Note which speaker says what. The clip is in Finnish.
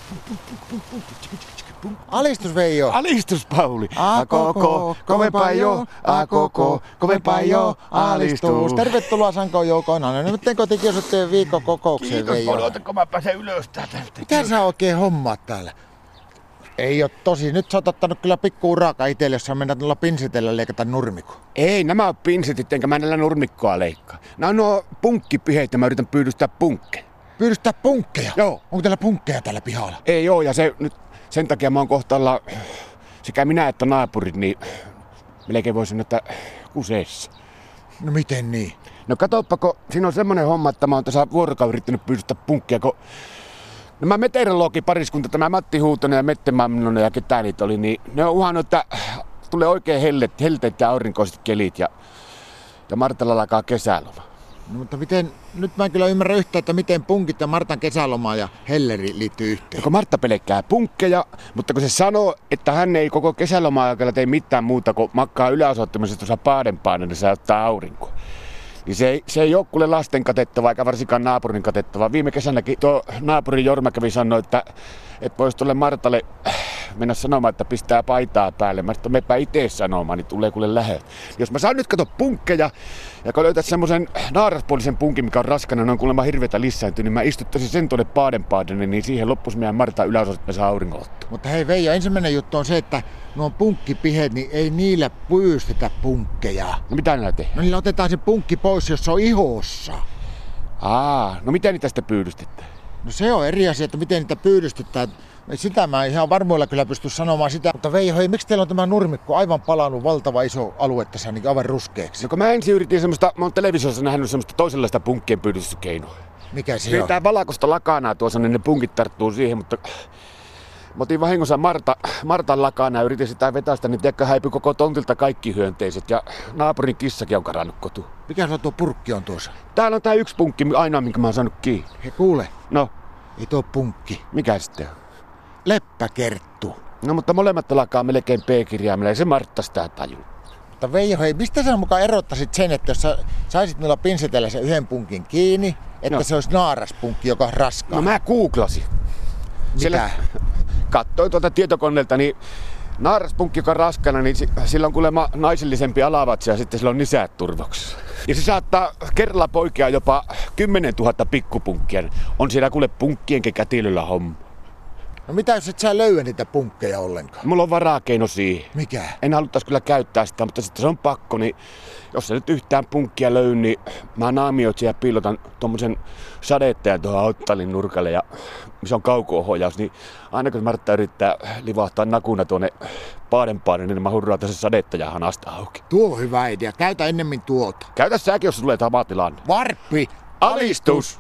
Speaker 1: Alistus Veijo.
Speaker 2: Alistus Pauli.
Speaker 1: A koko, kovempaa jo. A koko, kovempaa jo. Alistus. Tervetuloa Sankoon joukkoon. No nyt tein kotikiosoitteen viikkokokoukseen
Speaker 2: Kiitos,
Speaker 1: Veijo.
Speaker 2: odotanko mä pääsen ylös täältä.
Speaker 1: Mitä sä oikein hommaat täällä? Ei oo tosi. Nyt sä oot ottanut kyllä pikku uraka itselle, jos sä mennään tuolla pinsitellä leikata nurmikko.
Speaker 2: Ei, nämä on pinsetit, enkä mä näillä nurmikkoa leikkaa. Nämä on nuo punkkipiheet ja mä yritän pyydystää punkkeja.
Speaker 1: Pyydystää punkkeja?
Speaker 2: Joo.
Speaker 1: Onko täällä punkkeja täällä pihalla?
Speaker 2: Ei oo, ja se nyt sen takia mä oon kohtaalla sekä minä että naapurit, niin melkein voi sanoa, että kuseessa.
Speaker 1: No miten niin?
Speaker 2: No katoppa, kun siinä on semmonen homma, että mä oon tässä vuorokauden yrittänyt pyydystää punkkia, kun nämä meteorologipariskunta, tämä Matti Huutonen ja Mette Mamnonen ja ketä niitä oli, niin ne on uhannut, että tulee oikein helteet ja aurinkoiset kelit ja Martalla alkaa kesäloma.
Speaker 1: No, mutta miten, nyt mä en kyllä ymmärrä yhtään, että miten punkit ja Martan kesäloma ja helleri liittyy yhteen.
Speaker 2: Kun Martta pelkkää punkkeja, mutta kun se sanoo, että hän ei koko kesäloma-aikana tee mitään muuta kuin makkaa yläosoittamassa tuossa Paadenpaanen, niin se ottaa aurinkoa. Niin se ei ole kuule lasten katettava eikä varsinkaan naapurin katettava. Viime kesänäkin tuo naapurin Jorma kävi sanoi, että voisi tuolle Martalle mennä sanomaan, että pistää paitaa päälle. Mä sanoin, mepä itse sanomaan, niin tulee kuule lähe. Jos mä saan nyt kato punkkeja, ja kun löytät semmoisen naaraspuolisen punkin, mikä on raskana, ne on kuulemma hirveätä lisääntynyt, niin mä istuttaisin sen tuonne Paadenpaadenne, niin siihen loppuisi meidän Marta yläosoittamassa aurinkootto.
Speaker 1: Mutta hei Veijo, ensimmäinen juttu on se, että nuo punkkipiheet, niin ei niillä pyystetä punkkeja.
Speaker 2: No mitä näillä tehdään?
Speaker 1: No niillä otetaan se punkki pois, jos se on ihossa.
Speaker 2: No miten niitä sitten pyydystetään?
Speaker 1: No se on eri asia, että miten niitä pyydystetään. Sitä mä ihan varmoilla kyllä pysty sanomaan sitä. Mutta Veijo, hei, miksi teillä on tämä nurmikko aivan palannut valtava iso alue tässä niin aivan ruskeaksi?
Speaker 2: No kun mä ensin yritin semmoista, mä oon televisiossa nähnyt semmoista toisenlaista punkkien pyydyskeinoa.
Speaker 1: Mikä se on?
Speaker 2: Pidetään valakosta lakanaa tuossa, niin ne punkit tarttuu siihen, mutta mä otin vahingossa Martan lakanaa ja yritin sitä vetästä, niin tiedätkö, häipyi koko tontilta kaikki hyönteiset ja naapurin kissakin on karannut kotiin.
Speaker 1: Mikä se tuo purkki on tuossa?
Speaker 2: Täällä on tää yksi punkki, ainoa minkä mä oon saanut kiinni.
Speaker 1: He kuule,
Speaker 2: No,
Speaker 1: ei tuo punkki.
Speaker 2: mikä sitten on?
Speaker 1: Leppäkerttu.
Speaker 2: No mutta molemmat alkaa melkein P-kirjaimella, ei se Martta sitä tajuu.
Speaker 1: Mutta Veijo, hei, mistä sä mukaan erottaisit sen, että jos sä saisit noilla pinsetellä sen yhden punkin kiinni, että
Speaker 2: No.
Speaker 1: se olisi naaraspunkki, joka on raskaa?
Speaker 2: No mä googlasin.
Speaker 1: Mitä?
Speaker 2: Katsoin tuolta tietokoneelta, niin naaraspunkki, joka on raskana, niin sillä on kuulemma naisellisempi alavatsa ja sitten sillä on nisät turvoksessa. Ja se saattaa kerralla poikea jopa 10 000 pikkupunkkia. On siellä kuule punkkien kätilöllä homma.
Speaker 1: No mitä jos et sä löydä niitä punkkeja ollenkaan?
Speaker 2: Mulla on varakeino siihen.
Speaker 1: Mikä?
Speaker 2: En haluttais kyllä käyttää sitä, mutta sitten se on pakko, niin jos sä nyt yhtään punkkia löy, niin mä naamioitsin ja piilotan tommosen sadettajan tuohon autotallin nurkalle ja missä on kauko-ohjaus, niin aina kun Martta yrittää livahtaa nakuna tuonne Paadenpaadelle, niin mä hurraan se sadettajahan asta auki.
Speaker 1: Tuo on hyvä idea. Käytä ennemmin tuota.
Speaker 2: Käytä säkin, jos sulle tulee sama tilanne.
Speaker 1: Varppi!
Speaker 2: Alistus!